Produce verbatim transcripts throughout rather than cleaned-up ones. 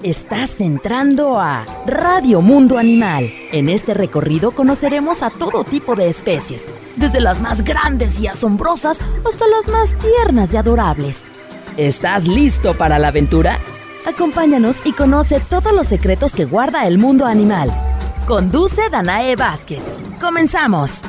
Estás entrando a Radio Mundo Animal. En este recorrido conoceremos a todo tipo de especies, desde las más grandes y asombrosas hasta las más tiernas y adorables. ¿Estás listo para la aventura? Acompáñanos y conoce todos los secretos que guarda el mundo animal. Conduce Danae Vázquez. ¡Comenzamos!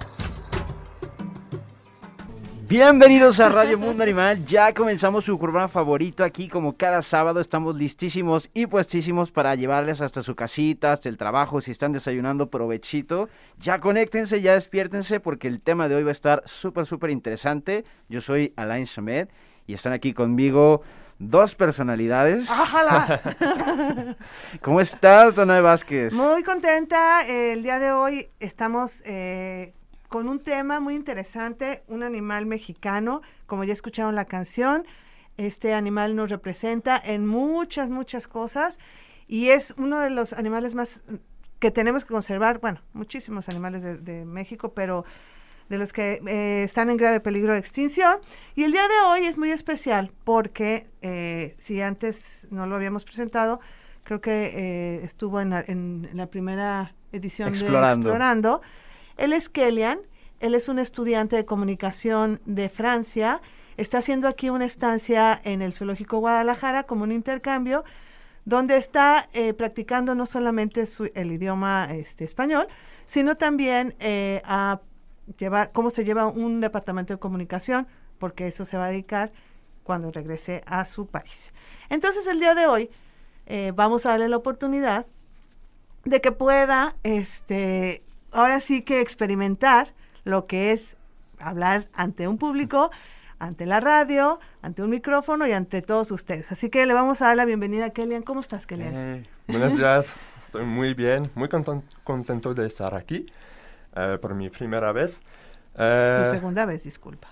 Bienvenidos a Radio Mundo Animal, ya comenzamos su programa favorito aquí, como cada sábado estamos listísimos y puestísimos para llevarles hasta su casita, hasta el trabajo, si están desayunando, provechito. Ya conéctense, ya despiértense porque el tema de hoy va a estar súper, súper interesante. Yo soy Alain Chamet y están aquí conmigo dos personalidades. ¡Ojalá! ¿Cómo estás, Danae Vázquez? Muy contenta, el día de hoy estamos... Eh, con un tema muy interesante, un animal mexicano, como ya escucharon la canción, este animal nos representa en muchas, muchas cosas, y es uno de los animales más que tenemos que conservar, bueno, muchísimos animales de, de México, pero de los que eh, están en grave peligro de extinción, y el día de hoy es muy especial, porque eh, si antes no lo habíamos presentado, creo que eh, estuvo en la, en, en la primera edición Explorando. de Explorando. Él es Kelian, él es un estudiante de comunicación de Francia, está haciendo aquí una estancia en el Zoológico Guadalajara como un intercambio, donde está eh, practicando no solamente su, el idioma este, español, sino también eh, a llevar cómo se lleva un departamento de comunicación, porque eso se va a dedicar cuando regrese a su país. Entonces el día de hoy eh, vamos a darle la oportunidad de que pueda, este, ahora sí que experimentar lo que es hablar ante un público, ante la radio, ante un micrófono y ante todos ustedes. Así que le vamos a dar la bienvenida a Kelian. ¿Cómo estás, Kelian? Hey, buenos días, estoy muy bien, muy content- contento de estar aquí uh, por mi primera vez. Uh, Tu segunda vez, disculpa.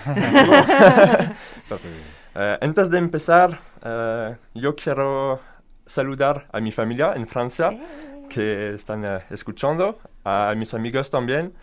uh, antes de empezar, uh, yo quiero saludar a mi familia en Francia, hey. que están uh, escuchando, a mis amigos también.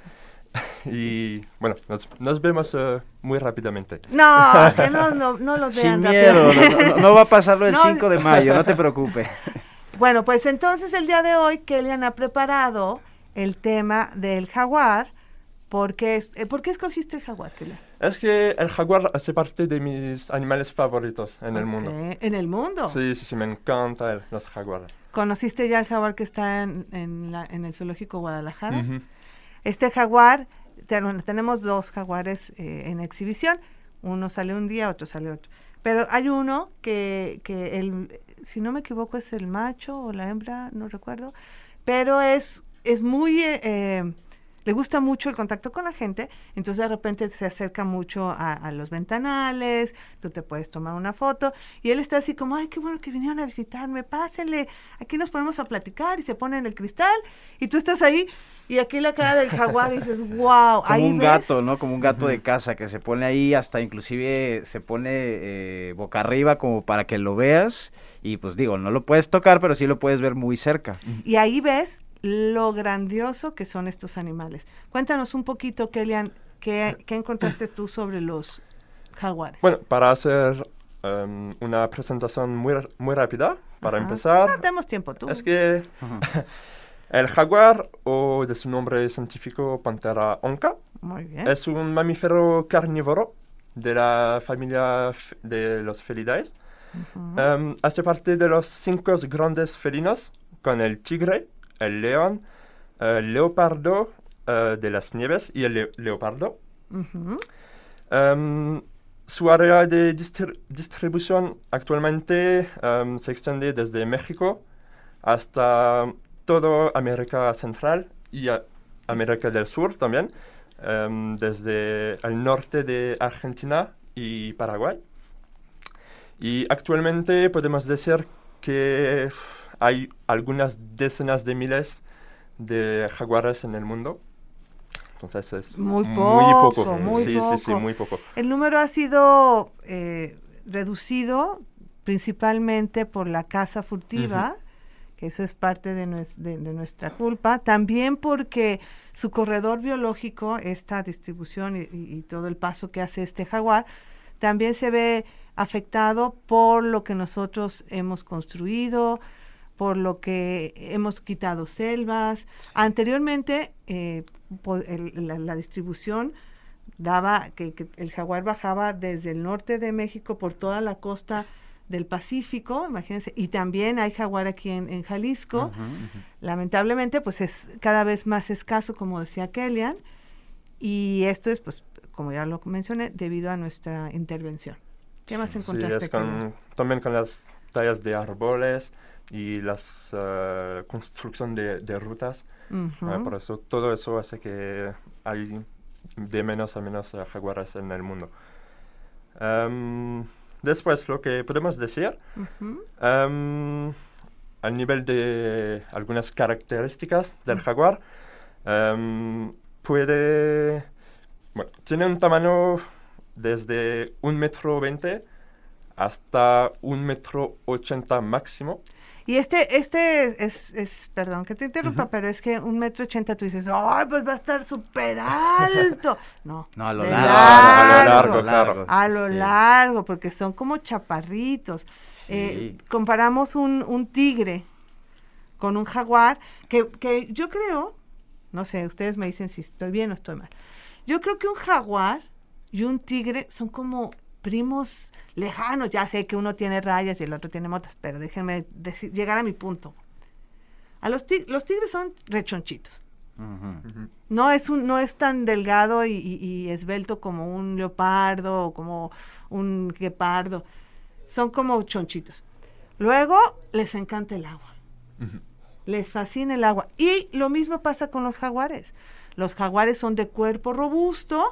Y bueno, nos, nos vemos uh, muy rápidamente. No, que no, no, no los vean. Sin miedo, no, no, no va a pasarlo el no, cinco de mayo, no te preocupes. Bueno, pues entonces el día de hoy Kelian ha preparado el tema del jaguar. ¿Por qué, es, eh, ¿por qué escogiste el jaguar, Kelian? Es que el jaguar hace parte de mis animales favoritos en okay. el mundo. ¿En el mundo? Sí, sí, sí, me encantan los jaguares. ¿Conociste ya el jaguar que está en, en, la, en el Zoológico Guadalajara? Uh-huh. Este jaguar, ten, tenemos dos jaguares eh, en exhibición, uno sale un día, otro sale otro, pero hay uno que, que el, si no me equivoco es el macho o la hembra, no recuerdo, pero es, es muy, eh, le gusta mucho el contacto con la gente, entonces de repente se acerca mucho a, a los ventanales, tú te puedes tomar una foto, y él está así como, ay, qué bueno que vinieron a visitarme, pásenle, aquí nos ponemos a platicar, y se pone en el cristal, y tú estás ahí, y aquí la cara del jaguar y dices, wow. Como ahí un ves. gato, ¿no? Como un gato uh-huh. de casa que se pone ahí, hasta inclusive se pone eh, boca arriba como para que lo veas. Y pues digo, no lo puedes tocar, pero sí lo puedes ver muy cerca. Y ahí ves lo grandioso que son estos animales. Cuéntanos un poquito, Kelian, ¿qué, qué encontraste tú sobre los jaguares? Bueno, para hacer um, una presentación muy, muy rápida, para uh-huh. empezar... No tenemos tiempo, tú. Es que... Uh-huh. El jaguar, o de su nombre científico Panthera onca, Muy bien. es un mamífero carnívoro de la familia de los Felidae. Uh-huh. Um, hace parte de los cinco grandes felinos, con el tigre, el león, el leopardo uh, de las nieves y el le- leopardo. Uh-huh. Um, su área de distri- distribución actualmente um, se extiende desde México hasta toda América Central y a América del Sur también, um, desde el norte de Argentina y Paraguay. Y actualmente podemos decir que hay algunas decenas de miles de jaguares en el mundo. Entonces es muy poco, muy poco. Muy sí, poco. sí, sí, muy poco. El número ha sido eh, reducido principalmente por la caza furtiva, uh-huh. que eso es parte de, nues- de, de nuestra culpa, también porque su corredor biológico, esta distribución y, y, y todo el paso que hace este jaguar, también se ve afectado por lo que nosotros hemos construido, por lo que hemos quitado selvas. Anteriormente, eh, el, la, la distribución daba que, que el jaguar bajaba desde el norte de México por toda la costa del Pacífico, imagínense, y también hay jaguar aquí en, en Jalisco. Uh-huh, uh-huh. Lamentablemente, pues es cada vez más escaso, como decía Kellyanne, y esto es, pues, como ya lo mencioné, debido a nuestra intervención. ¿Qué más encontraste? Sí, es con, también con las tallas de árboles y la uh, construcción de, de rutas. Uh-huh. Uh, por eso, todo eso hace que hay de menos a menos uh, jaguares en el mundo. Um, Después, lo que podemos decir, uh-huh. um, al nivel de algunas características del jaguar, um, puede, bueno, tiene un tamaño desde un metro veinte hasta un metro ochenta máximo. Y este, este es, es, perdón que te interrumpa, uh-huh. pero es que un metro ochenta tú dices, ¡ay, pues va a estar súper alto! No, no, a lo largo, largo, a lo largo, largo, a lo sí. largo, porque son como chaparritos. Sí. Eh, comparamos un, un tigre con un jaguar, que, que yo creo, no sé, ustedes me dicen si estoy bien o estoy mal, yo creo que un jaguar y un tigre son como primos lejanos. Ya sé que uno tiene rayas y el otro tiene motas, pero déjenme decir, llegar a mi punto. A los, tig- los tigres son rechonchitos. Uh-huh. Uh-huh. No es un, no es tan delgado y, y, y esbelto como un leopardo o como un guepardo. Son como chonchitos. Luego les encanta el agua. Uh-huh. Les fascina el agua. Y lo mismo pasa con los jaguares. Los jaguares son de cuerpo robusto,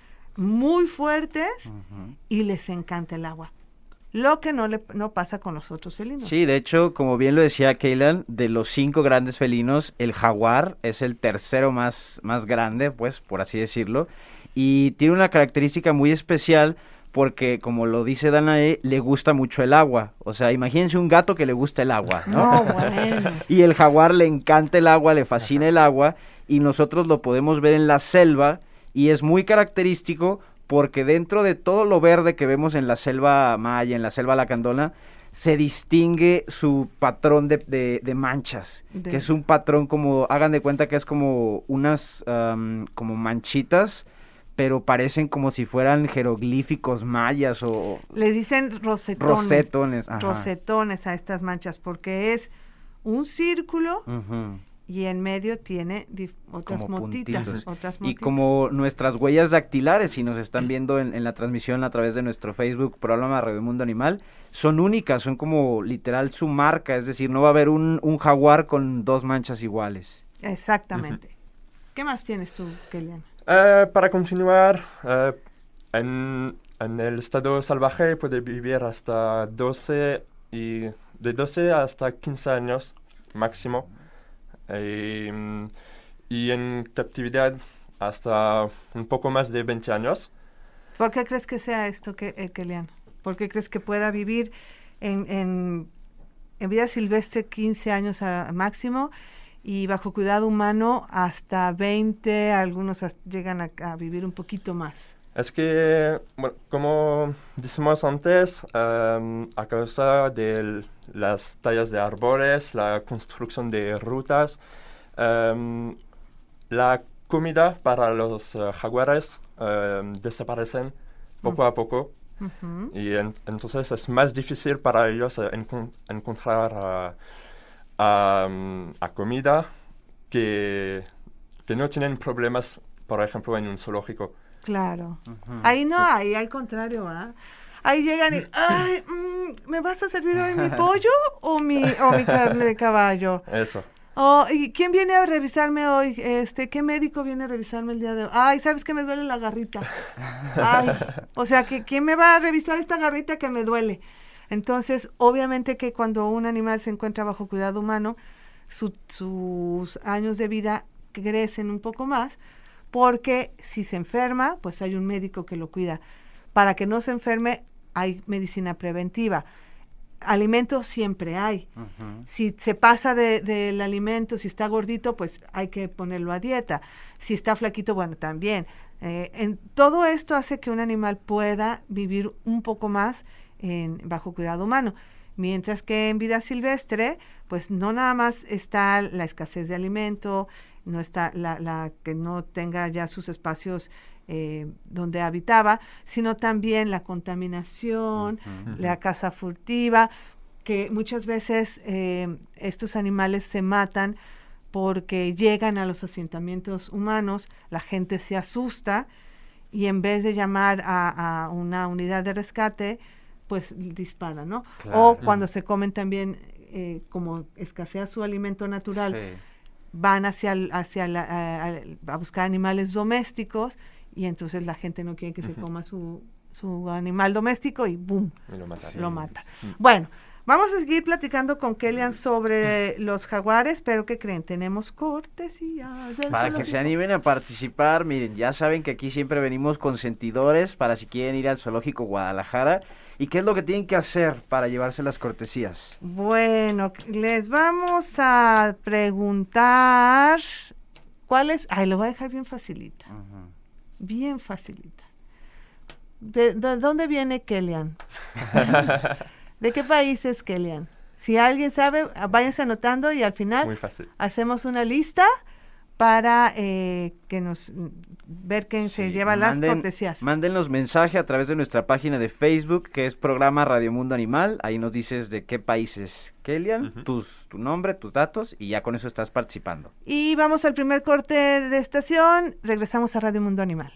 muy fuertes, uh-huh. y les encanta el agua. Lo que no le no pasa con los otros felinos. Sí, de hecho, como bien lo decía Kellyanne, de los cinco grandes felinos, el jaguar es el tercero más, más grande, pues, por así decirlo, y tiene una característica muy especial porque, como lo dice Danae, le gusta mucho el agua. O sea, imagínense un gato que le gusta el agua, ¿no? No, bueno. Y el jaguar le encanta el agua, le fascina el agua, y nosotros lo podemos ver en la selva, y es muy característico porque dentro de todo lo verde que vemos en la selva maya, en la selva lacandona, se distingue su patrón de, de, de manchas, de... que es un patrón como, hagan de cuenta que es como unas um, como manchitas, pero parecen como si fueran jeroglíficos mayas o... Le dicen rosetones. Rosetones, ajá. Rosetones a estas manchas, porque es un círculo... Uh-huh. Y en medio tiene dif- otras como motitas, otras motitas. Y como nuestras huellas dactilares, si nos están viendo en, en la transmisión a través de nuestro Facebook, programa Radio Mundo Animal, son únicas, son como literal su marca, es decir, no va a haber un, un jaguar con dos manchas iguales. Exactamente. Uh-huh. ¿Qué más tienes tú, Kellyanne? Uh, para continuar, uh, en, en el estado salvaje puede vivir hasta doce, y de doce hasta quince años máximo. Eh, y en captividad hasta un poco más de veinte años. ¿Por qué crees que sea esto, que, eh, Kellyanne? ¿Por qué crees que pueda vivir en, en, en vida silvestre quince años a, a máximo y bajo cuidado humano hasta veinte, algunos hasta llegan a, a vivir un poquito más? Es que, bueno, como dijimos antes, um, a causa de las tallas de árboles, la construcción de rutas, um, la comida para los uh, jaguares um, desaparecen poco uh-huh. a poco. Uh-huh. Y en, entonces es más difícil para ellos uh, encon- encontrar uh, um, a comida que, que no tienen problemas, por ejemplo, en un zoológico. Claro. Uh-huh. Ahí no, ahí al contrario, ¿ah? Ahí llegan y, ay, mm, ¿me vas a servir hoy mi pollo o mi, o mi carne de caballo? Eso. Oh, ¿y quién viene a revisarme hoy? Este, ¿qué médico viene a revisarme el día de hoy? Ay, ¿sabes que me duele la garrita? Ay, o sea, que ¿quién me va a revisar esta garrita que me duele? Entonces, obviamente que cuando un animal se encuentra bajo cuidado humano, su, sus años de vida crecen un poco más, porque si se enferma, pues hay un médico que lo cuida. Para que no se enferme, hay medicina preventiva. Alimentos siempre hay. Uh-huh. Si se pasa de, del alimento, si está gordito, pues hay que ponerlo a dieta. Si está flaquito, bueno, también. Eh, en, todo esto hace que un animal pueda vivir un poco más en, bajo cuidado humano. Mientras que en vida silvestre, pues no nada más está la escasez de alimento, no está la, la que no tenga ya sus espacios eh, donde habitaba, sino también la contaminación, uh-huh. la caza furtiva, que muchas veces eh, estos animales se matan porque llegan a los asentamientos humanos, la gente se asusta y en vez de llamar a, a una unidad de rescate, pues disparan, ¿no? Claro. O cuando se comen también, eh, como escasea su alimento natural, sí. van hacia, hacia la, a, a buscar animales domésticos y entonces la gente no quiere que uh-huh. se coma su, su animal doméstico y ¡boom! Y lo mata. Lo mata. Uh-huh. Bueno, vamos a seguir platicando con Kellyanne sobre los jaguares, pero ¿qué creen? Tenemos cortesía. Para que se animen a participar, miren, ya saben que aquí siempre venimos consentidores para si quieren ir al Zoológico Guadalajara. ¿Y qué es lo que tienen que hacer para llevarse las cortesías? Bueno, les vamos a preguntar cuál es... Ay, lo voy a dejar bien facilita. Uh-huh. Bien facilita. ¿De, de dónde viene Kellyanne? ¿De qué país es Kellyanne? Si alguien sabe, váyanse anotando y al final Muy fácil. Hacemos una lista para eh, que nos ver quién sí, se lleva manden, las cortesías. Mándenos mensaje a través de nuestra página de Facebook, que es Programa Radio Mundo Animal. Ahí nos dices de qué país es Kellyanne, uh-huh. tus, tu nombre, tus datos, y ya con eso estás participando. Y vamos al primer corte de estación. Regresamos a Radio Mundo Animal.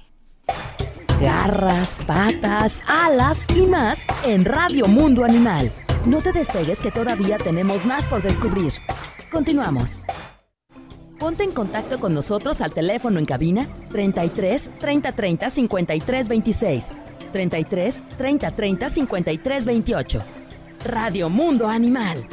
Garras, patas, alas y más en Radio Mundo Animal. No te despegues que todavía tenemos más por descubrir. Continuamos. Ponte en contacto con nosotros al teléfono en cabina treinta y tres, treinta, treinta, cincuenta y tres, veintiséis, treinta y tres, treinta, treinta, cincuenta y tres, veintiocho. Radio Mundo Animal.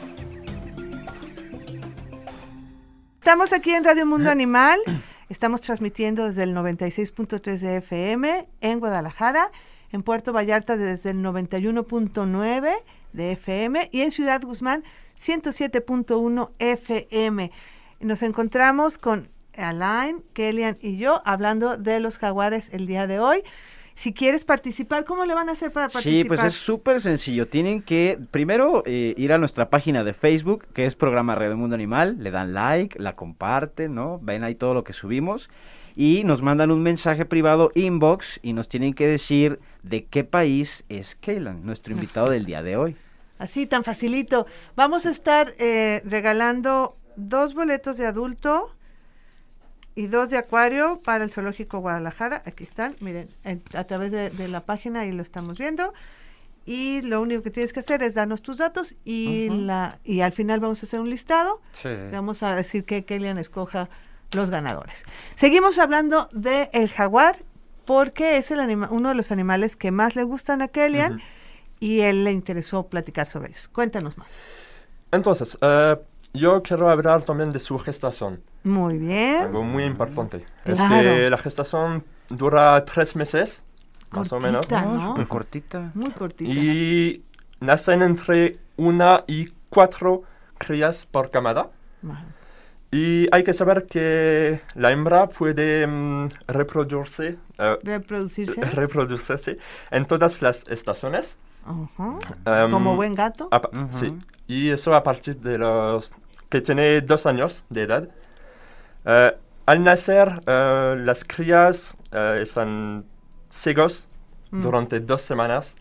Estamos aquí en Radio Mundo Animal. Estamos transmitiendo desde el noventa y seis punto tres de F M en Guadalajara, en Puerto Vallarta desde el noventa y uno punto nueve de F M y en Ciudad Guzmán ciento siete punto uno F M. Nos encontramos con Alain, Kellyanne y yo hablando de los jaguares el día de hoy. Si quieres participar, ¿cómo le van a hacer para participar? Sí, pues es súper sencillo. Tienen que primero eh, ir a nuestra página de Facebook, que es Programa Radio Mundo Animal, le dan like, la comparten, ¿no? Ven ahí todo lo que subimos y nos mandan un mensaje privado inbox y nos tienen que decir de qué país es Kellyanne, nuestro invitado del día de hoy. Así, tan facilito. Vamos a estar eh, regalando dos boletos de adulto y dos de acuario para el Zoológico Guadalajara. Aquí están, miren, en, a través de, de la página, ahí lo estamos viendo. Y lo único que tienes que hacer es darnos tus datos y uh-huh. la y al final vamos a hacer un listado. Sí. Vamos a decir que Kellyanne escoja los ganadores. Seguimos hablando de el jaguar porque es el anima, uno de los animales que más le gustan a Kellyanne uh-huh. y él le interesó platicar sobre ellos. Cuéntanos más. Entonces, uh, yo quiero hablar también de su gestación. Muy bien. Algo muy importante. Claro. Es que la gestación dura tres meses, más cortita, o menos. ¿no? Súper cortita. Muy cortita. Y nacen entre una y cuatro crías por camada. Wow. Y hay que saber que la hembra puede um, reproducirse, uh, reproducirse. reproducirse en todas las estaciones. Uh-huh. Um, Como buen gato. A, uh-huh. Sí. Y eso a partir de los que tiene dos años de edad. Uh, al nacer, uh, las crías uh, están ciegos mm. durante dos semanas.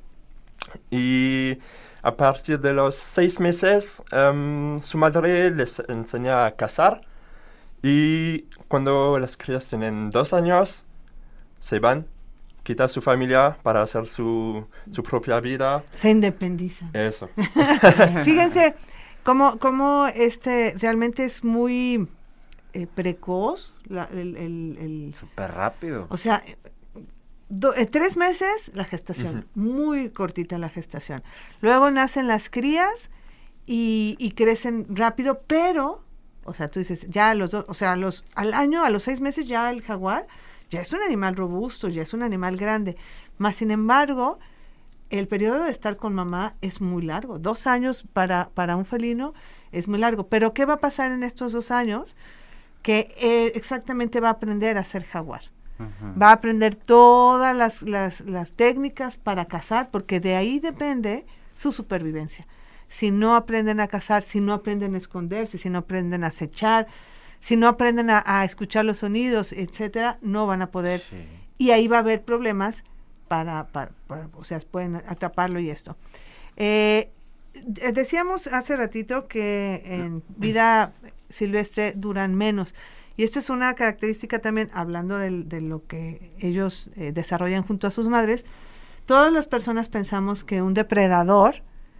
Y a partir de los seis meses, um, su madre les enseña a cazar. Y cuando las crías tienen dos años, se van. Quita su familia para hacer su, su propia vida. Se independiza. Eso. Fíjense cómo, cómo este realmente es muy eh, precoz. La, el, el, el, Súper rápido. O sea, do, eh, tres meses la gestación. Uh-huh. Muy cortita la gestación. Luego nacen las crías y, y crecen rápido, pero, o sea, tú dices, ya a los dos, o sea, a los, al año, a los seis meses ya el jaguar ya es un animal robusto, ya es un animal grande. Más sin embargo, el periodo de estar con mamá es muy largo. Dos años para, para un felino es muy largo. Pero ¿qué va a pasar en estos dos años? Que eh, exactamente va a aprender a ser jaguar. Uh-huh. Va a aprender todas las, las, las técnicas para cazar, porque de ahí depende su supervivencia. Si no aprenden a cazar, si no aprenden a esconderse, si no aprenden a acechar, si no aprenden a, a escuchar los sonidos, etcétera, no van a poder. Sí. Y ahí va a haber problemas para, para, para o sea, pueden atraparlo y esto. Eh, decíamos hace ratito que en vida silvestre duran menos. Y esto es una característica también, hablando de, de lo que ellos eh, desarrollan junto a sus madres. Todas las personas pensamos que un depredador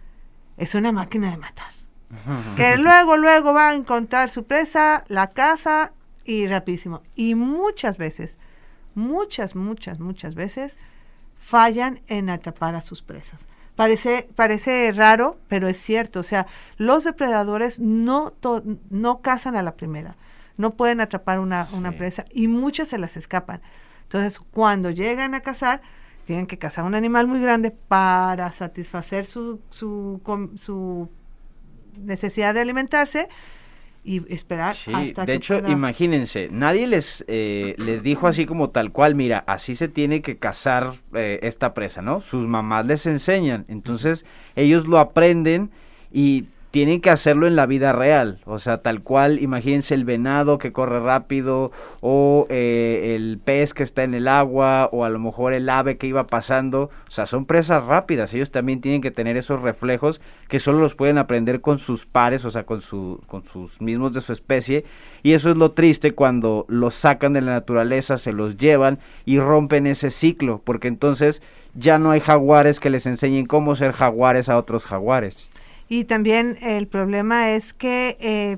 es una máquina de matar. Que luego, luego va a encontrar su presa, la caza y rapidísimo. Y muchas veces, muchas, muchas, muchas veces fallan en atrapar a sus presas. Parece, parece raro, pero es cierto. O sea, los depredadores no, to, no cazan a la primera. No pueden atrapar una, una sí. presa y muchas se las escapan. Entonces, cuando llegan a cazar, tienen que cazar un animal muy grande para satisfacer su, su, su necesidad de alimentarse y esperar sí, hasta de que hecho, pueda... imagínense, nadie les eh, les dijo así como tal cual, mira, así se tiene que cazar eh, esta presa, ¿no? Sus mamás les enseñan, entonces ellos lo aprenden y tienen que hacerlo en la vida real, o sea, tal cual, imagínense el venado que corre rápido, o eh, el pez que está en el agua, o a lo mejor el ave que iba pasando, o sea, son presas rápidas, ellos también tienen que tener esos reflejos que solo los pueden aprender con sus pares, o sea, con, su, con sus mismos de su especie, y eso es lo triste cuando los sacan de la naturaleza, se los llevan y rompen ese ciclo, porque entonces ya no hay jaguares que les enseñen cómo ser jaguares a otros jaguares. Y también el problema es que eh,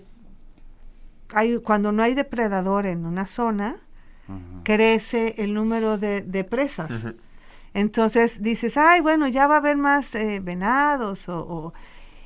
hay, cuando no hay depredador en una zona, uh-huh. crece el número de, de presas. Uh-huh. Entonces dices, ay, bueno, ya va a haber más eh, venados. O, o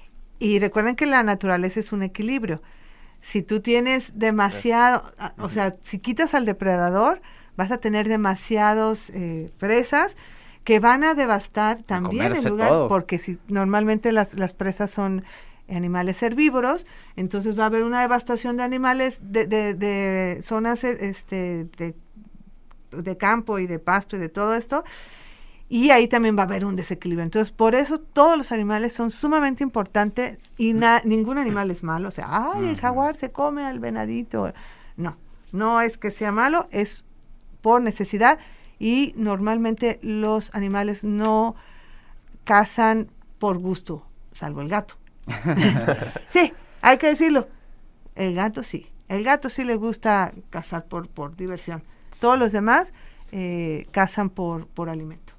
Y recuerden que la naturaleza es un equilibrio. Si tú tienes demasiado, uh-huh. o sea, si quitas al depredador, vas a tener demasiados eh, presas que van a devastar también el lugar, todo. Porque si normalmente las, las presas son animales herbívoros, entonces va a haber una devastación de animales, de, de, de zonas este, de, de campo y de pasto y de todo esto, y ahí también va a haber un desequilibrio. Entonces, por eso todos los animales son sumamente importantes y na, ningún animal es malo. O sea, ay, uh-huh. el jaguar se come al venadito. No, no es que sea malo, es por necesidad. Y normalmente los animales no cazan por gusto, salvo el gato. Sí, hay que decirlo. El gato sí. El gato sí le gusta cazar por, por diversión. Todos los demás eh, cazan por, por alimento.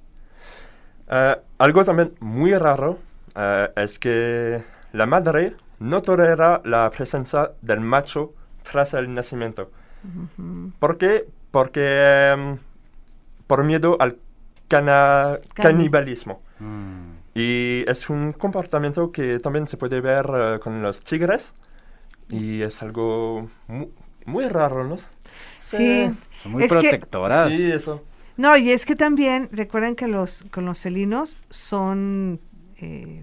Uh, algo también muy raro uh, es que la madre no tolera la presencia del macho tras el nacimiento. Uh-huh. ¿Por qué? Porque... Um, por miedo al cana- canibalismo. Mm. Y es un comportamiento que también se puede ver uh, con los tigres, y es algo mu- muy raro, ¿no? Sí. Son muy es protectoras. Que, sí, eso. No, y es que también, recuerden que los, con los felinos son eh,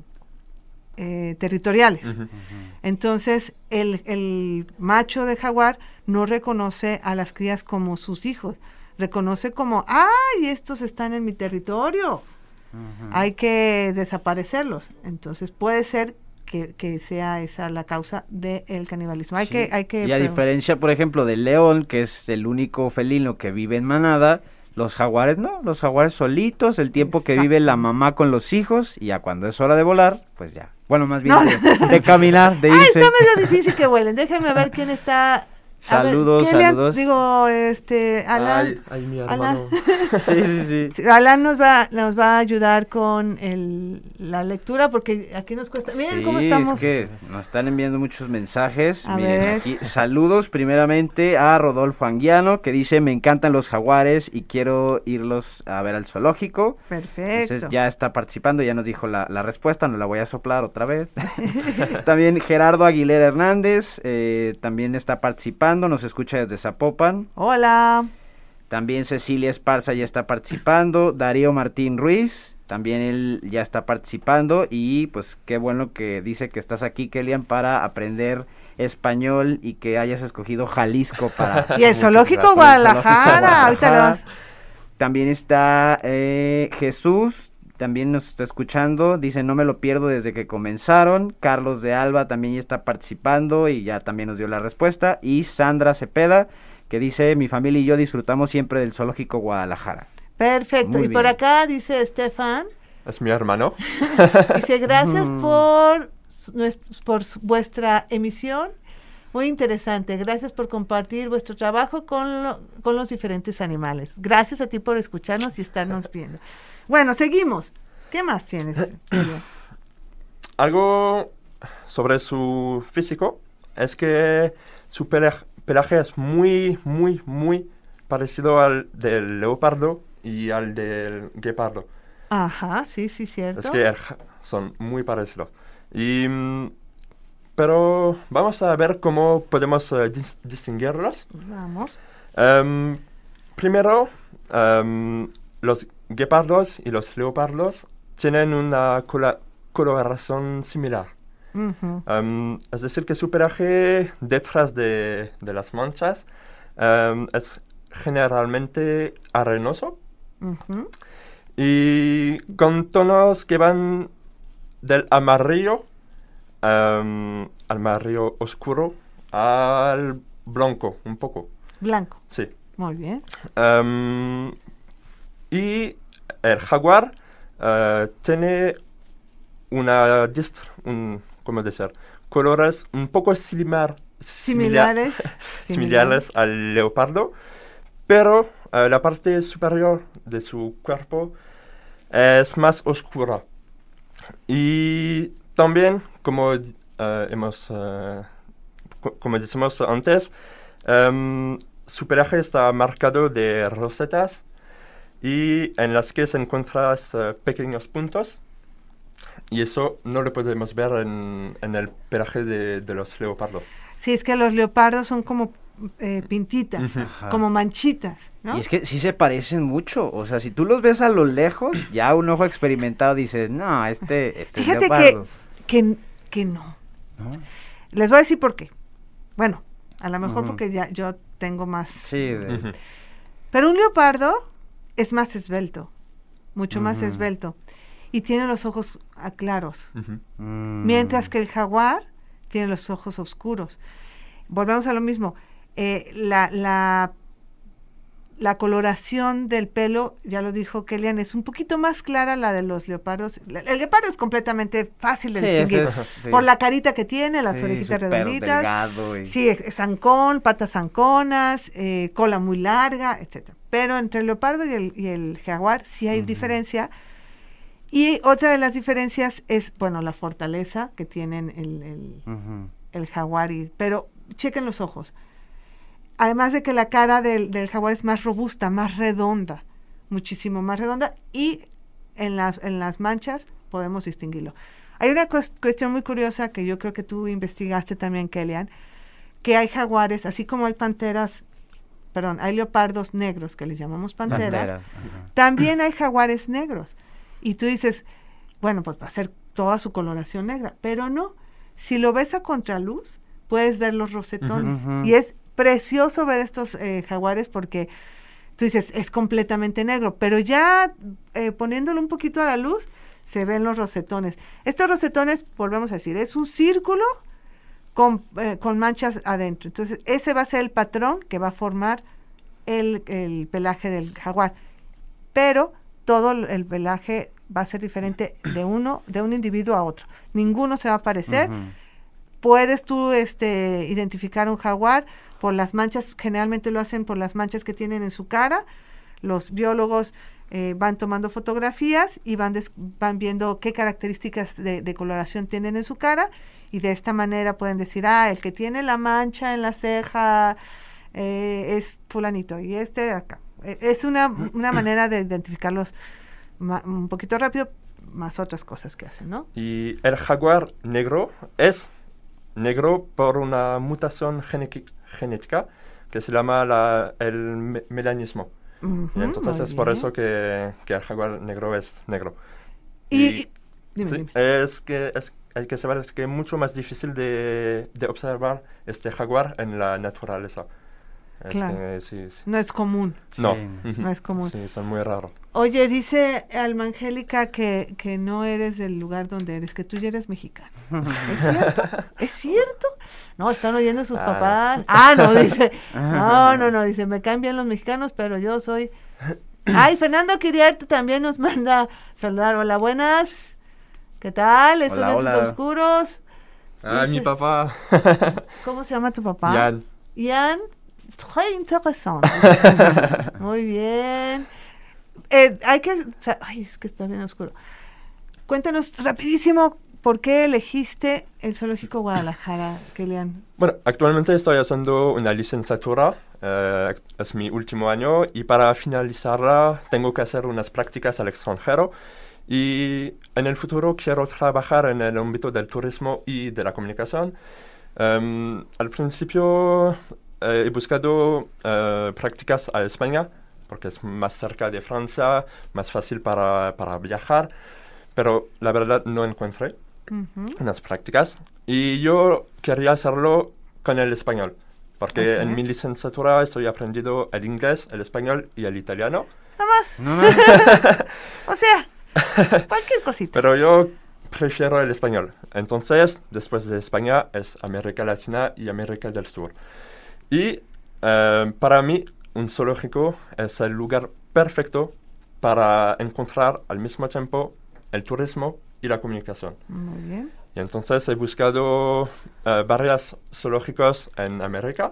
eh, territoriales. Uh-huh. Uh-huh. Entonces, el, el macho de jaguar no reconoce a las crías como sus hijos. Reconoce como, ¡ay, estos están en mi territorio! Uh-huh. Hay que desaparecerlos. Entonces puede ser que, que sea esa la causa del canibalismo. Hay sí. que, hay que y a diferencia, por ejemplo, del león, que es el único felino que vive en manada, los jaguares no, los jaguares solitos, el tiempo Exacto. que vive la mamá con los hijos, y ya cuando es hora de volar, pues ya. Bueno, más bien no. de, de caminar, de irse. ¡Ay, está medio difícil que vuelen! Déjenme ver quién está... Saludos, ver, saludos. Le, digo, este, Alan. Ay, ay mi hermano. Alan. sí, sí, sí. Alan nos va, nos va a ayudar con el, la lectura, porque aquí nos cuesta. Miren sí, cómo estamos. Es que nos están enviando muchos mensajes. A Miren, ver. aquí saludos primeramente a Rodolfo Anguiano, que dice, me encantan los jaguares y quiero irlos a ver al zoológico. Perfecto. Entonces ya está participando, ya nos dijo la, la respuesta, no la voy a soplar otra vez. También Gerardo Aguilera Hernández, eh, también está participando, nos escucha desde Zapopan. Hola. También Cecilia Esparza ya está participando. Darío Martín Ruiz también él ya está participando y pues qué bueno que dice que estás aquí, Kelian, para aprender español y que hayas escogido Jalisco para... Y el Zoológico Guadalajara, ahorita lo vas. También está eh, Jesús, también nos está escuchando, dice no me lo pierdo desde que comenzaron. Carlos de Alba también ya está participando y ya también nos dio la respuesta. Y Sandra Cepeda, que dice mi familia y yo disfrutamos siempre del Zoológico Guadalajara. Perfecto. Muy y bien. por acá dice Estefan, Es mi hermano. dice gracias por, su- nues- por su- vuestra emisión. Muy interesante. Gracias por compartir vuestro trabajo con, lo- con los diferentes animales. Gracias a ti por escucharnos y estarnos viendo. Bueno, seguimos. ¿Qué más tienes, Julio? Algo sobre su físico es que su pela- pelaje es muy, muy, muy parecido al del leopardo y al del guepardo. Ajá, sí, sí, cierto. Es que el ja- son muy parecidos. Y, mm, pero vamos a ver cómo podemos eh, dis- distinguirlos. Vamos. Em, primero, em, los guepardos y los leopardos tienen una cola- coloración similar. Ujú. Em, es decir, que su pelaje detrás de, de las manchas em, es generalmente arenoso Ujú. y con tonos que van del amarillo em, al amarillo oscuro al blanco, un poco. Blanco. Sí. Muy bien. Em, y el jaguar eh, tiene una dist un, ¿cómo decir? Colores un poco similar, similar- Similares. similares al leopardo, pero eh, la parte superior de su cuerpo es más oscura. Y también, como eh, hemos, eh, co- como decimos antes, em, su pelaje está marcado de rosetas y en las que se encuentran eh, pequeños puntos. Y eso no lo podemos ver en, en el pelaje de, de los leopardos. Sí, es que los leopardos son como eh, pintitas, Ujú. Ajá. como manchitas, ¿no? Y es que sí se parecen mucho, o sea, si tú los ves a lo lejos, ya un ojo experimentado dice, no, este, este es Fíjate que, leopardo. que, que no. ¿No? Les voy a decir por qué. Bueno, a lo mejor Ujú. porque ya yo tengo más. Sí, de- Ujú. Pero un leopardo es más esbelto, mucho más Ujú. esbelto, y tiene los ojos ah, claros, Ujú. Mm. mientras que el jaguar tiene los ojos oscuros. Volvemos a lo mismo. eh, la, la, la coloración del pelo, ya lo dijo Kelian, es un poquito más clara la de los leopardos. La- el leopardo es completamente fácil de Sí, distinguir. ese es- sí. Por la carita que tiene, las Sí, orejitas súper redonditas. delgado y- Sí, es zancón, patas zanconas, eh, cola muy larga, etcétera. Pero entre el leopardo y el, y el jaguar sí hay Ujú. diferencia. Y otra de las diferencias es, bueno, la fortaleza que tienen el, el, Ujú. el jaguar. Y, pero chequen los ojos. Además de que la cara del, del jaguar es más robusta, más redonda, muchísimo más redonda. Y en las, en las manchas podemos distinguirlo. Hay una cues- cuestión muy curiosa que yo creo que tú investigaste también, Kelian, que hay jaguares, así como hay panteras, perdón, hay leopardos negros que les llamamos panteras, Panteras, ajá. también hay jaguares negros. Y tú dices, bueno, pues va a ser toda su coloración negra, pero no. Si lo ves a contraluz, puedes ver los rosetones. Ujú, ujú. Y es precioso ver estos eh, jaguares porque tú dices, es completamente negro, pero ya eh, poniéndolo un poquito a la luz, se ven los rosetones. Estos rosetones, volvemos a decir, es un círculo con, eh, con manchas adentro. Entonces, ese va a ser el patrón que va a formar el, el pelaje del jaguar. Pero todo el, el pelaje va a ser diferente de uno, de un individuo a otro. Ninguno se va a parecer. Ujú. Puedes tú este, identificar un jaguar por las manchas, generalmente lo hacen por las manchas que tienen en su cara. Los biólogos eh, van tomando fotografías y van, des- van viendo qué características de, de coloración tienen en su cara y de esta manera pueden decir, ah, el que tiene la mancha en la ceja eh, es fulanito y este de acá. Eh, es una, una manera de identificarlos ma- un poquito rápido, más otras cosas que hacen, ¿no? Y el jaguar negro es negro por una mutación genéqui- genética que se llama la- el me- melanismo. Ujú, Y entonces muy es por bien. eso que, que el jaguar negro es negro. Y, Y- y- dime, Sí, dime. es que es, hay que saber es que es mucho más difícil de, de observar este jaguar en la naturaleza. Es Claro. que sí, sí. No es común. No, Sí. ujú. No es común. Sí, son muy raros. Oye, dice Alma Angélica que, que no eres del lugar donde eres, que tú ya eres mexicano. ¿Es cierto? ¿Es cierto? No, están oyendo sus Ah. papás. Ah, no, dice. No, no, no, dice, me cambian los mexicanos, pero yo soy... Ay, Fernando Quiriarte también nos manda saludar. Hola, buenas. ¿Qué tal? ¿Esos Hola, de tus hola. oscuros? Ah, Dice- mi papá. ¿Cómo se llama tu papá? Jan. Ian, très interesante. Muy bien. Eh, hay que... sa- Ay, es que está bien oscuro. Cuéntanos rapidísimo, ¿por qué elegiste el Zoológico Guadalajara, Kilian? Bueno, actualmente estoy haciendo una licenciatura, eh, es mi último año y para finalizarla tengo que hacer unas prácticas al extranjero y en el futuro quiero trabajar en el ámbito del turismo y de la comunicación. Em, al principio eh, he buscado eh, prácticas a España porque es más cerca de Francia, más fácil para, para viajar, pero la verdad no encontré Ujú. unas prácticas y yo quería hacerlo con el español porque Ok. en mi licenciatura estoy aprendiendo el inglés, el español y el italiano, Nada más. No, no. O sea, cualquier cosita. pero yo prefiero el español. Entonces, después de España es América Latina y América del Sur. Y eh, para mí un zoológico es el lugar perfecto para encontrar al mismo tiempo el turismo y la comunicación. Muy bien. Y entonces he buscado eh, varios zoológicos en América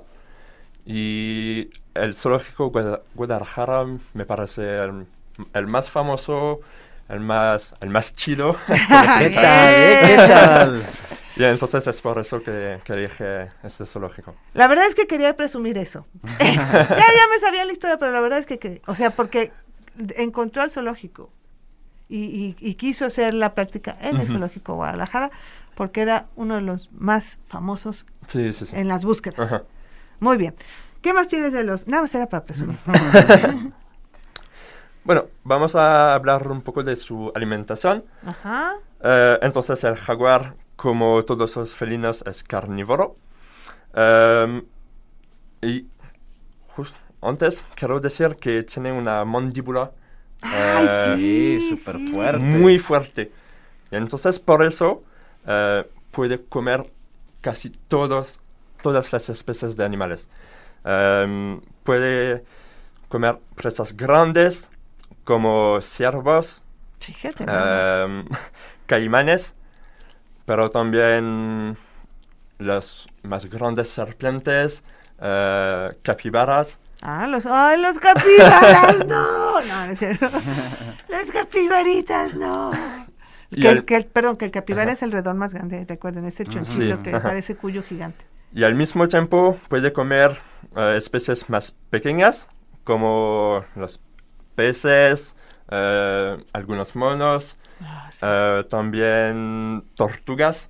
y el zoológico Guada- Guadalajara me parece el, el más famoso, el más, el más chido. ¿Qué tal, eh? ¿Qué tal? Y entonces es por eso que, que elige este zoológico. La verdad es que quería presumir eso. ya, ya me sabía la historia, pero la verdad es que, que o sea, porque encontró al zoológico y, y, y quiso hacer la práctica en el Ujú. Zoológico Guadalajara porque era uno de los más famosos Sí, sí, sí. en las búsquedas. Ajá. Muy bien. ¿Qué más tienes de los...? Nada más era para presumir. Bueno, vamos a hablar un poco de su alimentación. Ajá. Eh, entonces el jaguar, como todos los felinos, es carnívoro. Em, y justo antes quiero decir que tiene una mandíbula Ay, eh, sí, Sí, súper sí. fuerte. muy fuerte. Y entonces por eso eh, puede comer casi todos, todas las especies de animales. Em, puede comer presas grandes como ciervos, Fíjate. nada más. em, caimanes, pero también las más grandes serpientes, eh, capibaras. Ah, los, ¡ay, los capibaras! ¡No! No, no es cierto. Las capibaritas, no. Y Que, el, el- que el- perdón, que el capibara Ajá. es el redón más grande, recuerden, ese choncito Sí, que ajá. parece cuyo gigante. Y al mismo tiempo puede comer eh, especies más pequeñas como los peces, eh, algunos monos, Ah, sí. eh, también tortugas.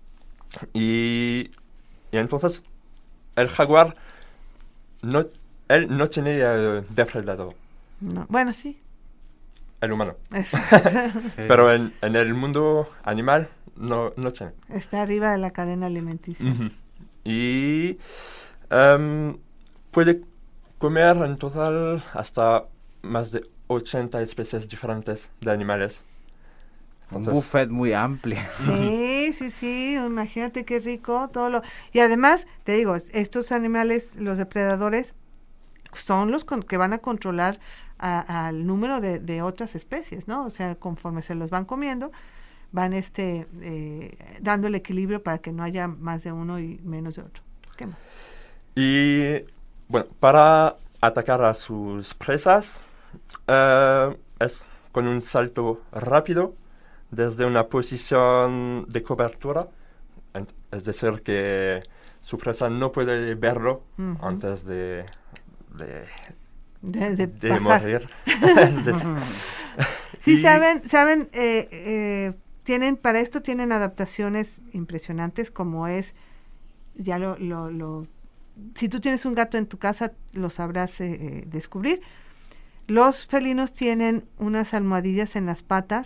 Y, y entonces el jaguar, no, él no tiene eh, depredador, No, bueno, sí. el humano. es- Sí. Pero en, en el mundo animal no, no tiene. está arriba de la cadena alimenticia. Ujú. Y em, puede comer en total hasta más de ochenta especies diferentes de animales. Un Entonces, buffet muy amplio. Sí, sí, sí, imagínate qué rico todo lo... Y además, te digo, es- estos animales, los depredadores, son los con- que van a controlar a- al número de, de otras especies, ¿no? O sea, conforme se los van comiendo, van este eh, dando el equilibrio para que no haya más de uno y menos de otro. ¿Qué más? y bueno, para atacar a sus presas eh, es con un salto rápido desde una posición de cobertura, en- es decir, que su presa no puede verlo Ujú. antes de, de, De, de de pasar. morir. Es decir, Sí, y- saben, saben, eh, eh, tienen, para esto tienen adaptaciones impresionantes como es, ya lo, lo, lo si tú tienes un gato en tu casa, lo sabrás eh, eh, descubrir. Los felinos tienen unas almohadillas en las patas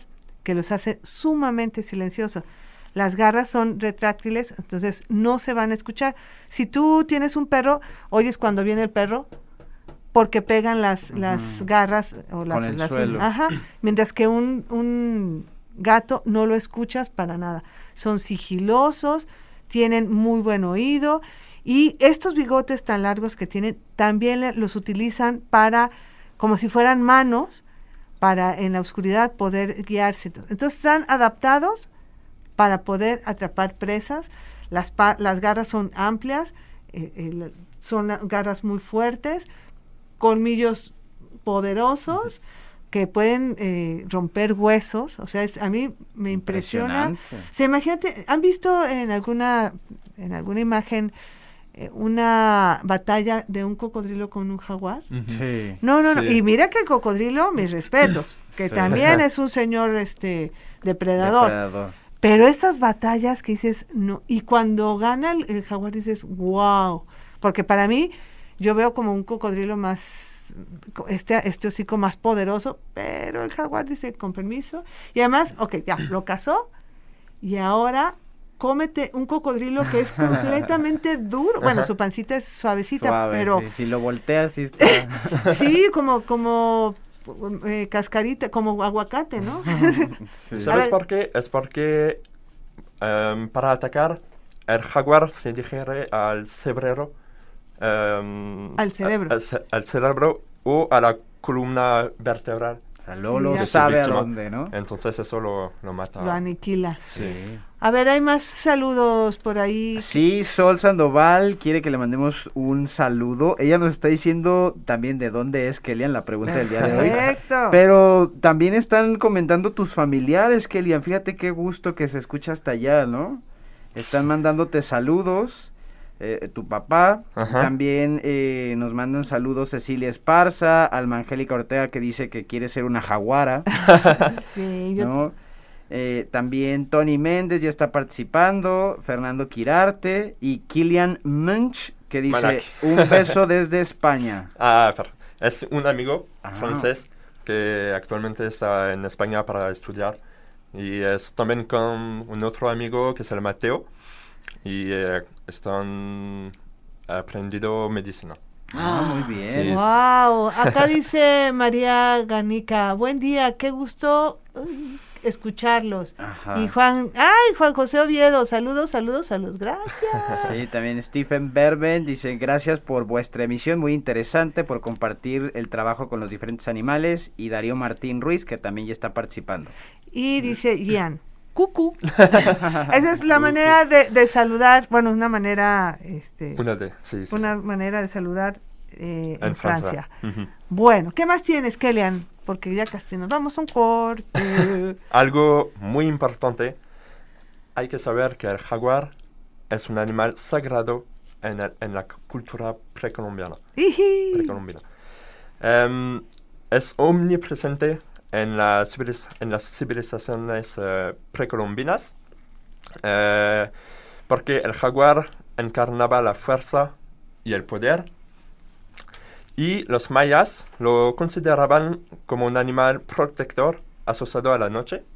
que los hace sumamente silenciosos. Las garras son retráctiles, entonces no se van a escuchar. Si tú tienes un perro, oyes cuando viene el perro, porque pegan las, uh-huh. las garras o las, con el las suelo. Ajá, mientras que un, un gato no lo escuchas para nada. Son sigilosos, tienen muy buen oído, y estos bigotes tan largos que tienen, también le, los utilizan para, como si fueran manos, para en la oscuridad poder guiarse. Entonces están adaptados para poder atrapar presas. Las, pa- las garras son amplias, eh, eh, son garras muy fuertes, colmillos poderosos que pueden eh, romper huesos. O sea, es, a mí me impresiona. O sea, imagínate, ¿han visto en alguna en alguna imagen eh, una batalla de un cocodrilo con un jaguar? Uh-huh. Sí. No, no, no. Sí. Y mira que el cocodrilo, mis respetos, que Sí. también es un señor este depredador. Depredador. Pero esas batallas que dices, no, y cuando gana el, el jaguar dices, wow, porque para mí, yo veo como un cocodrilo más, este, este hocico más poderoso, pero el jaguar dice, con permiso, y además, ok, ya, lo cazó, y ahora cómete un cocodrilo que es completamente duro, bueno, su pancita es suavecita, Suave, pero... sí, si lo volteas, sí está... sí, como, como eh, cascarita, como aguacate, ¿no? Sí. ¿Sabes por qué? Es porque um, para atacar, el jaguar se digiere al cerebro. Um, Al cerebro. a- al, ce- al cerebro o a la columna vertebral. O sea, Lolo Ya. sabe a Víctima. dónde, ¿no? Entonces eso lo, lo mata. Lo aniquila. Sí. A ver, hay más saludos por ahí. Sí, Sol Sandoval quiere que le mandemos un saludo. Ella nos está diciendo también de dónde es Kellyan, la pregunta del día de hoy. Perfecto. Pero también están comentando tus familiares, Kellyan. Fíjate qué gusto que se escucha hasta allá, ¿no? Están mandándote saludos. Eh, tu papá, Ajá. también eh, nos mandan saludos Cecilia Esparza, Alma Angélica Ortega que dice que quiere ser una jaguara, Sí, yo ¿no? Eh, también Tony Méndez ya está participando, Fernando Quirarte y Kilian Munch que dice Manac. un beso desde España. Ah, per- es un amigo Ah. francés que actualmente está en España para estudiar. Y es también con un otro amigo que se llama Teo. Y eh, están aprendiendo medicina. Ah, muy bien. Sí. wow, acá dice María Ganica, buen día, qué gusto uy, escucharlos. Ajá. Y Juan, ay, Juan José Oviedo, saludos, saludos, saludos, gracias. Sí, también Stephen Berben dice gracias por vuestra emisión, muy interesante, por compartir el trabajo con los diferentes animales, y Darío Martín Ruiz que también ya está participando. Y dice Ian, cucu. Esa es la manera de, de saludar, bueno, una manera, este, Una de, sí, sí. una manera de saludar eh, en, En Francia. Francia. Ujú. Bueno, ¿qué más tienes, Kellyan? Porque ya casi nos vamos a un corte. Algo muy importante, hay que saber que el jaguar es un animal sagrado en, el- en la cultura precolombiana. Iji. precolombina. Em, es omnipresente en, la civiliz- en las civilizaciones eh, precolombinas, eh, porque el jaguar encarnaba la fuerza y el poder, y los mayas lo consideraban como un animal protector asociado a la noche,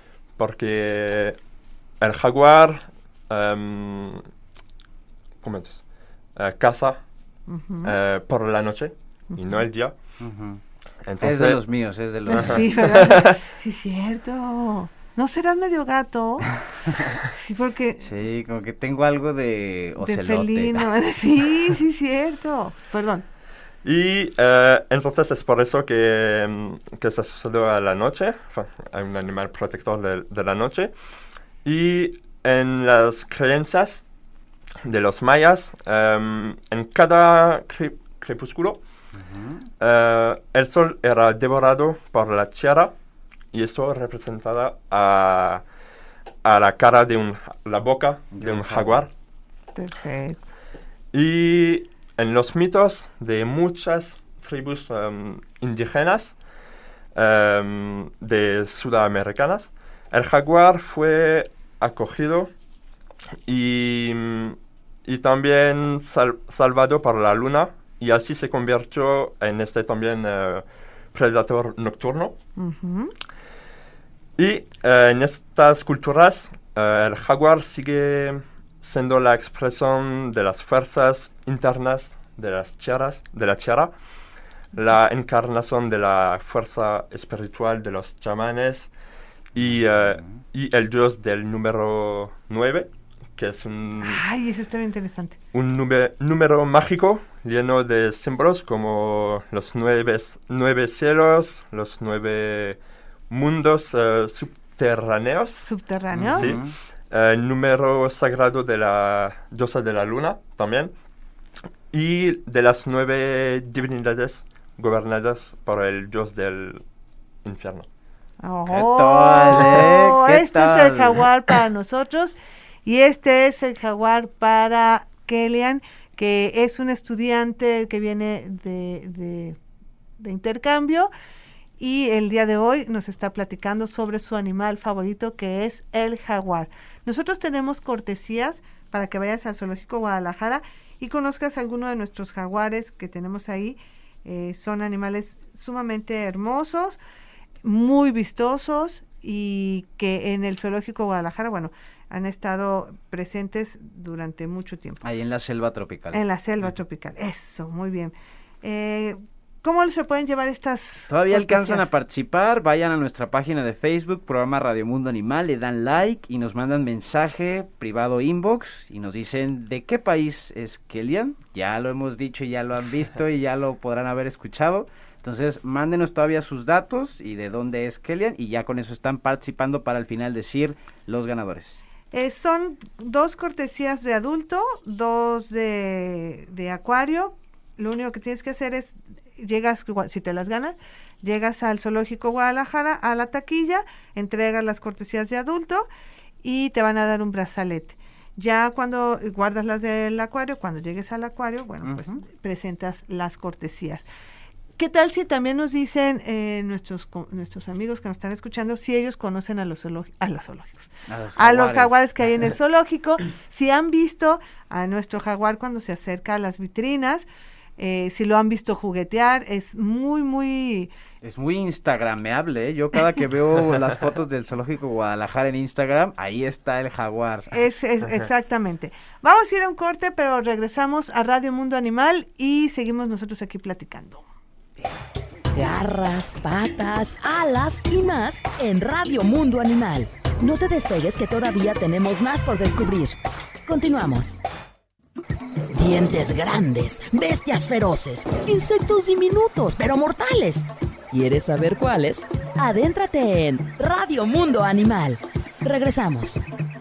porque el jaguar em, ¿cómo es? Eh, caza Ujú. eh, por la noche y no el día. Ujú. Entonces, Es de los míos, es de los míos. Sí, ¿verdad? Sí, es cierto. ¿No serás medio gato? Sí, porque... Sí, como que tengo algo de De ocelote. felino. Sí, sí, cierto. Perdón. y eh, entonces es por eso que, mm, que se asociado a la noche, fa- a un animal protector de, de la noche. Y en las creencias de los mayas, em, en cada cre- crepúsculo, Ujú. eh, el sol era devorado por la tierra, y esto representaba a, a la cara de un, la boca de, De un un jaguar. Perfecto. Y en los mitos de muchas tribus em, indígenas em, de sudamericanas, el jaguar fue acogido y, y también sal- salvado por la luna, y así se convirtió en este también eh, predador nocturno. Ujú. Y eh, en estas culturas eh, el jaguar sigue siendo la expresión de las fuerzas internas de las tierras, de la tierra, la encarnación de la fuerza espiritual de los chamanes y, eh, y el dios del número nueve, que es un, Ay, eso está bien interesante. un nube- número mágico lleno de símbolos como los nueve, nueve cielos, los nueve mundos eh, subterráneos, ¿Subterráneo? Sí. el número sagrado de la diosa de la luna también, y de las nueve divinidades gobernadas por el dios del infierno. Oh, ¿Qué tal, eh? ¿Qué este es tal? el jaguar para nosotros y este es el jaguar para Kellyanne, que es un estudiante que viene de, de, de intercambio y el día de hoy nos está platicando sobre su animal favorito, que es el jaguar. Nosotros tenemos cortesías para que vayas al Zoológico Guadalajara y conozcas alguno de nuestros jaguares que tenemos ahí. Eh, son animales sumamente hermosos, muy vistosos y que en el Zoológico Guadalajara, bueno, han estado presentes durante mucho tiempo. Ahí en la selva tropical. En la selva Ujú. tropical, eso, muy bien. Eh, ¿Cómo se pueden llevar estas Todavía alcanzan a cortesías? participar, vayan a nuestra página de Facebook, programa Radio Mundo Animal, le dan like y nos mandan mensaje privado inbox y nos dicen de qué país es Kellyanne. Ya lo hemos dicho y ya lo han visto y ya lo podrán haber escuchado. Entonces, mándenos todavía sus datos y de dónde es Kellyanne y ya con eso están participando para al final decir los ganadores. Eh, son dos cortesías de adulto, dos de, de acuario. Lo único que tienes que hacer es, llegas, si te las ganas, llegas al Zoológico Guadalajara, a la taquilla, entregas las cortesías de adulto y te van a dar un brazalete. Ya cuando guardas las del acuario, cuando llegues al acuario, bueno, pues Ujú. presentas las cortesías. ¿Qué tal si también nos dicen eh, nuestros co- nuestros amigos que nos están escuchando si ellos conocen a los, zoológi- a los zoológicos? A los jaguares que hay en el zoológico, si han visto a nuestro jaguar cuando se acerca a las vitrinas, eh, si lo han visto juguetear, es muy, muy... Es muy instagrameable, ¿eh? Yo cada que veo las fotos del Zoológico Guadalajara en Instagram, ahí está el jaguar. Es, es exactamente. Vamos a ir a un corte, pero regresamos a Radio Mundo Animal y seguimos nosotros aquí platicando. Garras, patas, alas y más en Radio Mundo Animal. No te despegues que todavía tenemos más por descubrir. Continuamos. Dientes grandes, bestias feroces, insectos diminutos pero mortales. ¿Quieres saber cuáles? Adéntrate en Radio Mundo Animal. Regresamos.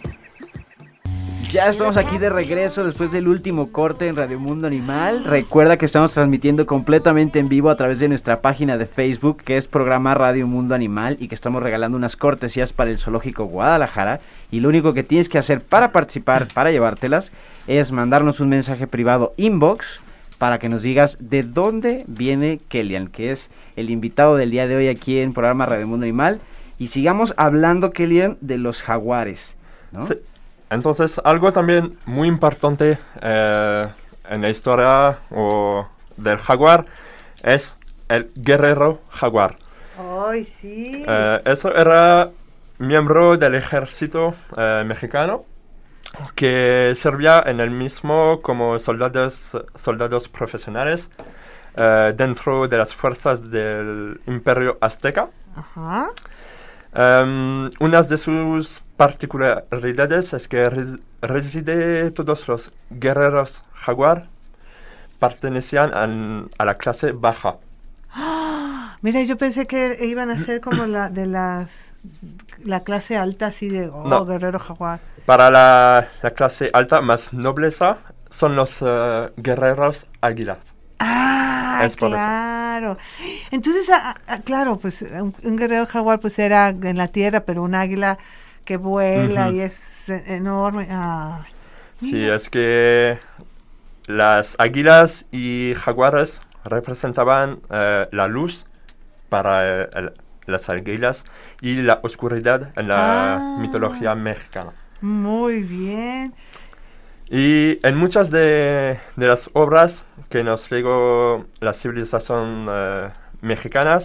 Ya estamos aquí de regreso después del último corte en Radio Mundo Animal. Recuerda que estamos transmitiendo completamente en vivo a través de nuestra página de Facebook, que es programa Radio Mundo Animal, y que estamos regalando unas cortesías para el Zoológico Guadalajara. Y lo único que tienes que hacer para participar, para llevártelas, es mandarnos un mensaje privado inbox para que nos digas de dónde viene Kellyanne, que es el invitado del día de hoy aquí en programa Radio Mundo Animal. Y sigamos hablando, Kellyanne, de los jaguares, ¿no? Sí. Entonces, algo también muy importante eh, en la historia o del jaguar es el guerrero jaguar. ¡Ay, sí! Eh, eso era miembro del ejército eh, mexicano que servía en el mismo como soldados, soldados profesionales eh, dentro de las fuerzas del Imperio Azteca. Ajá. Um, una de sus particularidades es que res- reside todos los guerreros jaguar pertenecían an- a la clase baja. ¡Ah! Mira, yo pensé que iban a ser como la de las la clase alta, así de oh, No. guerrero jaguar. Para la, la clase alta más nobleza son los eh, guerreros águilas. Ah, Es por eso. claro. Entonces, ah, ah, claro, pues un, un guerrero jaguar pues era en la tierra, pero un águila que vuela Ujú. y es eh, enorme. Ah, Sí, mira. es que las águilas y jaguares representaban eh, la luz para eh, el- las águilas y la oscuridad en la Ah. mitología mexicana. Muy bien. Y en muchas de, de las obras que nos legó la civilización eh, mexicanas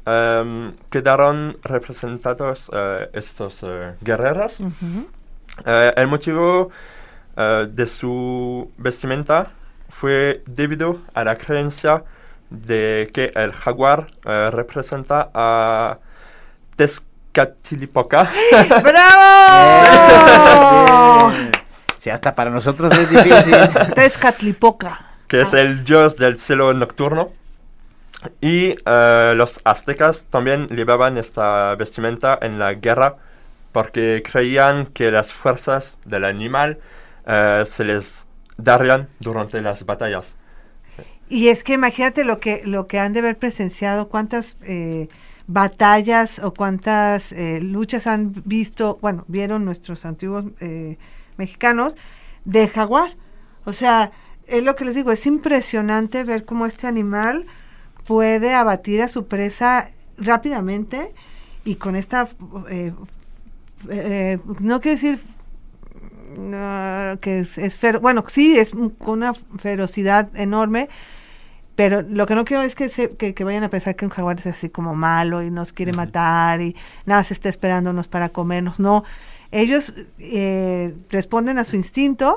em, quedaron representados eh, estos eh, guerreros. Ujú. Eh, el motivo eh, de su vestimenta fue debido a la creencia de que el jaguar eh, representa a Tezcatlipoca. ¡Bravo! Bien. Sí, hasta para nosotros es difícil. Tezcatlipoca. Que es el dios del cielo nocturno. Y eh, los aztecas también llevaban esta vestimenta en la guerra porque creían que las fuerzas del animal eh, se les darían durante las batallas. Y es que imagínate lo que lo que han de haber presenciado, cuántas eh, batallas o cuántas eh, luchas han visto, bueno, vieron nuestros antiguos eh, mexicanos de jaguar. O sea, es lo que les digo, es impresionante ver cómo este animal puede abatir a su presa rápidamente y con esta, eh, eh, no quiero decir no, que es, es fero, bueno, sí, es un- con una ferocidad enorme, pero lo que no quiero es que, se, que, que vayan a pensar que un jaguar es así como malo y nos quiere Ujú. matar y nada, se está esperándonos para comernos. No, ellos eh, responden a su instinto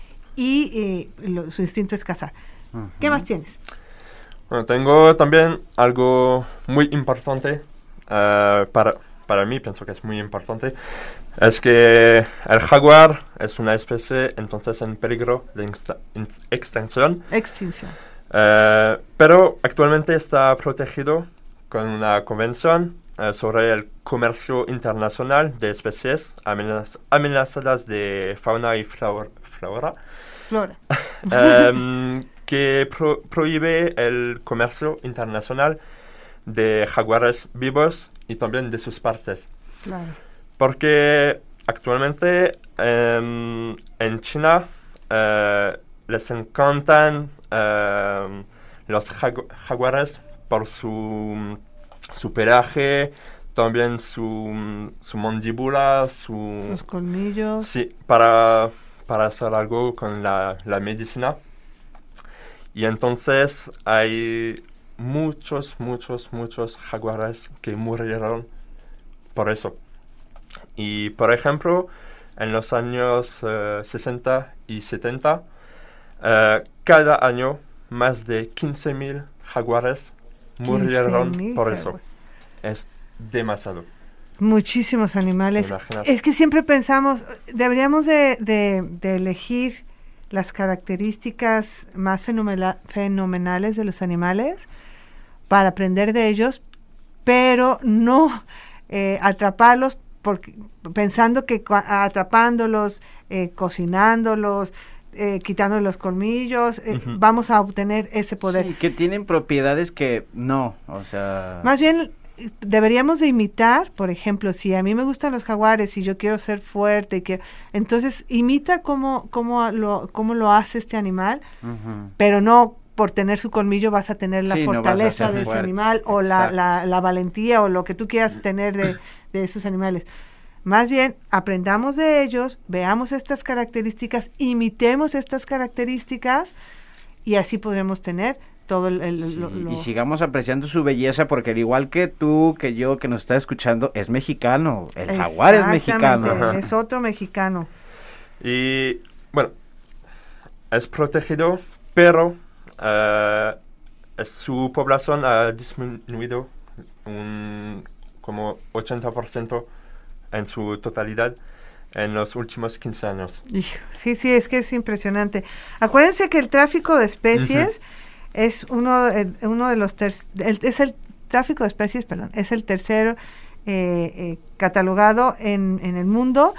y eh, lo- su instinto es cazar. ¿Qué más tienes? Bueno, tengo también algo muy importante eh, para, para mí, pienso que es muy importante, es que el jaguar es una especie entonces en peligro de insta- in- extinción, Extinción. eh, pero actualmente está protegido con una convención eh, sobre el comercio internacional de especies amenaz- amenazadas de fauna y flor- flora. Flora. em, que pro- prohíbe el comercio internacional de jaguares vivos y también de sus partes. Claro. Porque actualmente em, en China eh, les encantan em, los jagu- jaguares por su, su pelaje, también su, su mandíbula, su... Sus colmillos. Sí, para, para hacer algo con la, la medicina. Y entonces hay muchos, muchos, muchos jaguares que murieron por eso. Y por ejemplo, en los años eh, sesenta y setenta, eh, cada año más de quince mil jaguares murieron quince mil por eso. jaguares. Es demasiado. Muchísimos animales. ¿Te imaginas? Es que siempre pensamos, deberíamos de, de- de elegir las características más fenomena- fenomenales de los animales para aprender de ellos, pero no eh, atraparlos porque, pensando que cua- atrapándolos, eh, cocinándolos, eh, quitándoles los colmillos, eh, Ujú. vamos a obtener ese poder. Sí, que tienen propiedades que no, o sea... Más bien eh, deberíamos de imitar, por ejemplo, si a mí me gustan los jaguares y yo quiero ser fuerte, y que, entonces imita cómo, cómo, lo, cómo lo hace este animal, Ujú. pero no por tener su colmillo vas a tener la Sí, no vas a fortaleza ser de ese fuerte, animal o la, exacto. la, la valentía o lo que tú quieras tener de, de esos animales. Más bien, aprendamos de ellos, veamos estas características, imitemos estas características y así podremos tener todo el... el- Sí, lo- lo- y sigamos apreciando su belleza porque al igual que tú, que yo, que nos está escuchando, es mexicano. El jaguar es mexicano. Exactamente, Ajá. es otro mexicano. Y bueno, es protegido, pero eh, es- su población ha disminuido un como ochenta por ciento en su totalidad en los últimos quince años. Hijo, sí, sí, es que es impresionante. Acuérdense que el tráfico de especies es uno, de- uno de los ter- el- es el tráfico de especies, perdón, es el tercero eh, eh, catalogado en, en el mundo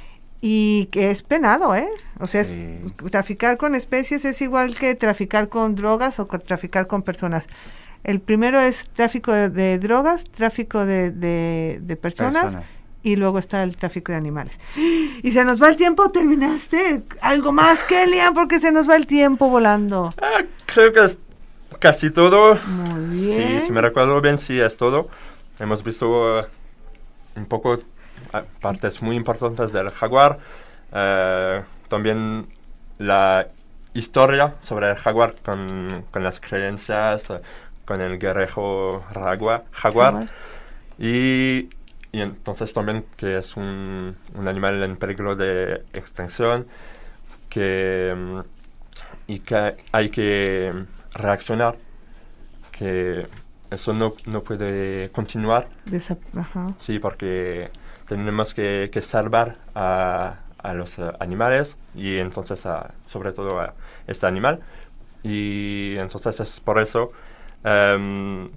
y que es penado, ¿eh? O sea, es- Sí. traficar con especies es igual que traficar con drogas o con- traficar con personas. El primero es tráfico de, de drogas, tráfico de, de, de personas, Personas. y luego está el tráfico de animales. Y se nos va el tiempo, ¿terminaste? ¿Algo más, Kelian? Porque se nos va el tiempo volando. Ah, creo que es casi todo. Muy bien. Sí, si me recuerdo bien, sí es todo. Hemos visto eh, un poco eh, partes muy importantes del jaguar. eh, también la historia sobre el jaguar con, con las creencias, eh, con el guerrejo jaguar, jaguar. Y, y entonces también que es un, un animal en peligro de extinción, que, y que hay que reaccionar, que eso no, no puede continuar. Desa- Ajá. Sí, porque tenemos que, que salvar a, a los uh, animales y entonces a, sobre todo a este animal. Y entonces es por eso um,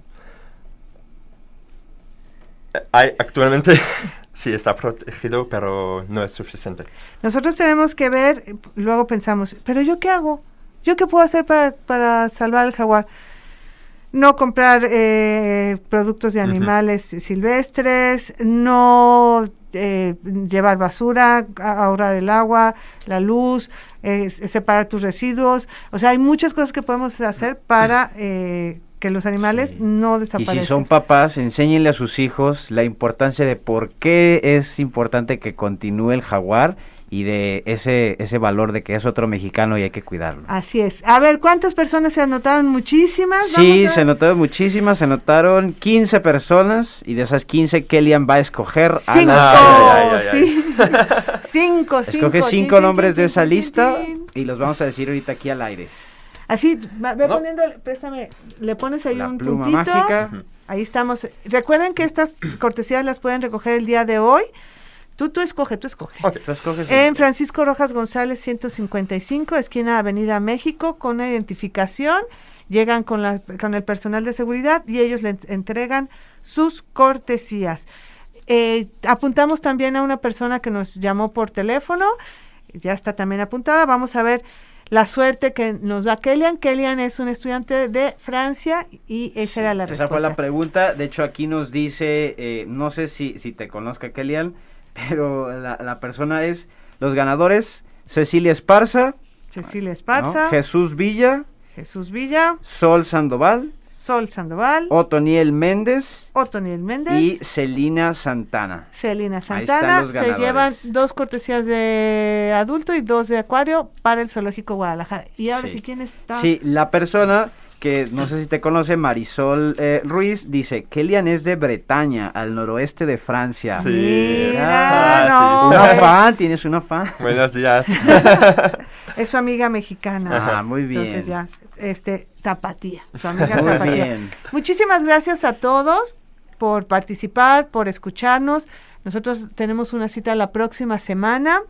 hay actualmente sí está protegido, pero no es suficiente. Nosotros tenemos que ver, luego pensamos, ¿pero yo qué hago? ¿Yo qué puedo hacer para, para salvar al jaguar? No comprar eh, productos de animales uh-huh. silvestres, no eh, llevar basura, ahorrar el agua, la luz, eh, separar tus residuos. O sea, hay muchas cosas que podemos hacer para eh, que los animales sí. no desaparezcan. Y si son papás, enséñenle a sus hijos la importancia de por qué es importante que continúe el jaguar y de ese ese valor de que es otro mexicano y hay que cuidarlo. Así es. A ver, ¿cuántas personas se anotaron? Muchísimas. Sí, se anotaron muchísimas, se anotaron quince personas y de esas quince Kellyanne va a escoger cinco, a ay, ay, ay, sí. cinco, cinco. Escoge cinco chin, nombres chin, de esa chin, lista chin. Y los vamos a decir ahorita aquí al aire. Así, va, ve ¿No? poniendo, préstame, le pones ahí la un pluma puntito. mágica. Ahí estamos. Recuerden que estas cortesías las pueden recoger el día de hoy. Tú, tú escoge, tú escoge. Okay, tú escoges en Francisco Rojas González ciento cincuenta y cinco, esquina Avenida México, con una identificación. Llegan con, la, con el personal de seguridad y ellos le entregan sus cortesías. Eh, apuntamos también a una persona que nos llamó por teléfono. Ya está también apuntada. Vamos a ver la suerte que nos da Kellyanne. Kellyanne es un estudiante de Francia y esa era la Esa respuesta. fue la pregunta. De hecho, aquí nos dice, eh, no sé si, si te conozca Kellyanne, pero la, la persona es, los ganadores, Cecilia Esparza, Cecilia Esparza, ¿no? Jesús Villa, Jesús Villa, Sol Sandoval, Sol Sandoval, Otoniel Méndez, Otoniel Méndez y Celina Santana. Celina Santana. Se llevan dos cortesías de adulto y dos de acuario para el Zoológico Guadalajara. Y ahora Sí. sí, ¿quién está? Sí, la persona que no sé si te conoce, Marisol eh, Ruiz, dice, Kellyanne es de Bretaña, al noroeste de Francia. Sí. Mira, Ah, no, Una hombre. fan, tienes una fan. Buenos días. Es su amiga mexicana. Ah, muy bien. Entonces ya, este, tapatía, su amiga Muy tapatía. bien. Muchísimas gracias a todos por participar, por escucharnos. Nosotros tenemos una cita la próxima semana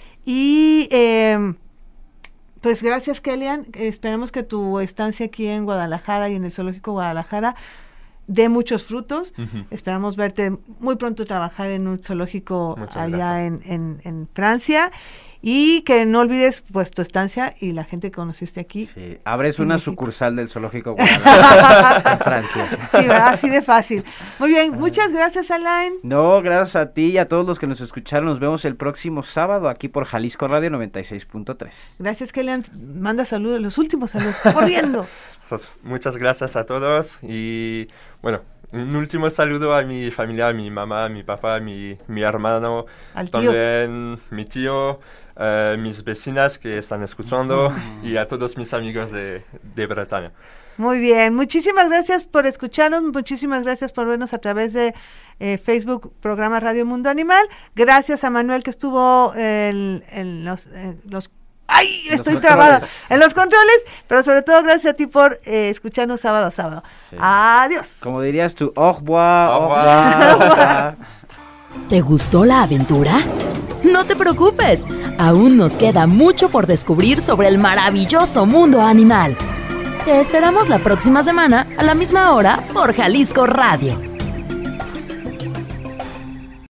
y eh, pues gracias, Kellyanne. Esperemos que tu estancia aquí en Guadalajara y en el Zoológico Guadalajara dé muchos frutos. Uh-huh. Esperamos verte muy pronto trabajar en un zoológico Muchas allá en, en, en Francia. Y que no olvides pues tu estancia y la gente que conociste aquí. Sí, abres en una México. sucursal del Zoológico Guadalajara en Francia. Sí, ¿verdad? Así de fácil. Muy bien, muchas gracias, Alain. No, gracias a ti y a todos los que nos escucharon. Nos vemos el próximo sábado aquí por Jalisco Radio noventa y seis punto tres. Gracias, Kellyanne. Manda saludos, los últimos saludos, corriendo. Pues, muchas gracias a todos y bueno, un último saludo a mi familia, a mi mamá, a mi papá, a mi, mi hermano, Al tío. también mi tío, uh, mis vecinas que están escuchando y a todos mis amigos de, de Bretaña. Muy bien, muchísimas gracias por escucharnos, muchísimas gracias por vernos a través de eh, Facebook, programa Radio Mundo Animal. Gracias a Manuel que estuvo en, en los... En los ¡Ay! En Estoy los trabada controles. en los controles, pero sobre todo gracias a ti por eh, escucharnos sábado a sábado. Sí. Adiós. Como dirías tú, au revoir, au Au revoir, au revoir. ¿Te gustó la aventura? No te preocupes, aún nos queda mucho por descubrir sobre el maravilloso mundo animal. Te esperamos la próxima semana a la misma hora por Jalisco Radio.